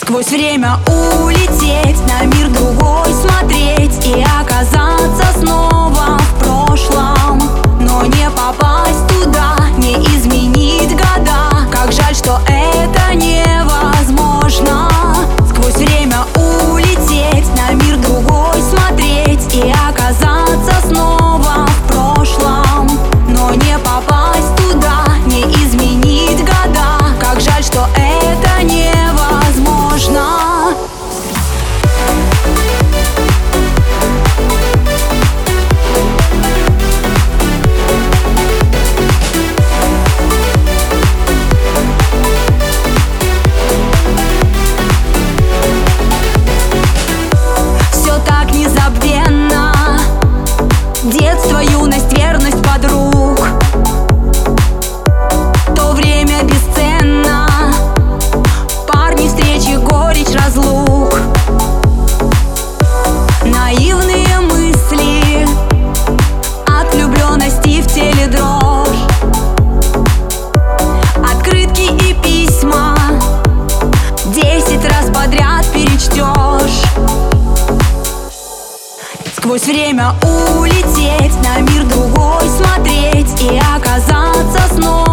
Сквозь время улететь, на мир другой смотреть и оказаться снова в прошлом. Но не попасть туда, не изменить года. Как жаль, что это невозможно. Сквозь время улететь, на мир другой смотреть и оказаться снова в прошлом. Но не попасть туда, не изменить года. Как жаль, что это невозможно. Детство, юность, верность подруг. То время бесценно. Парни, встречи, горечь, разлук. Наивные мысли. От влюбленности в теле дрожь. Открытки и письма 10 раз подряд перечтешь. Сквозь время улететь, на мир другой смотреть и оказаться снова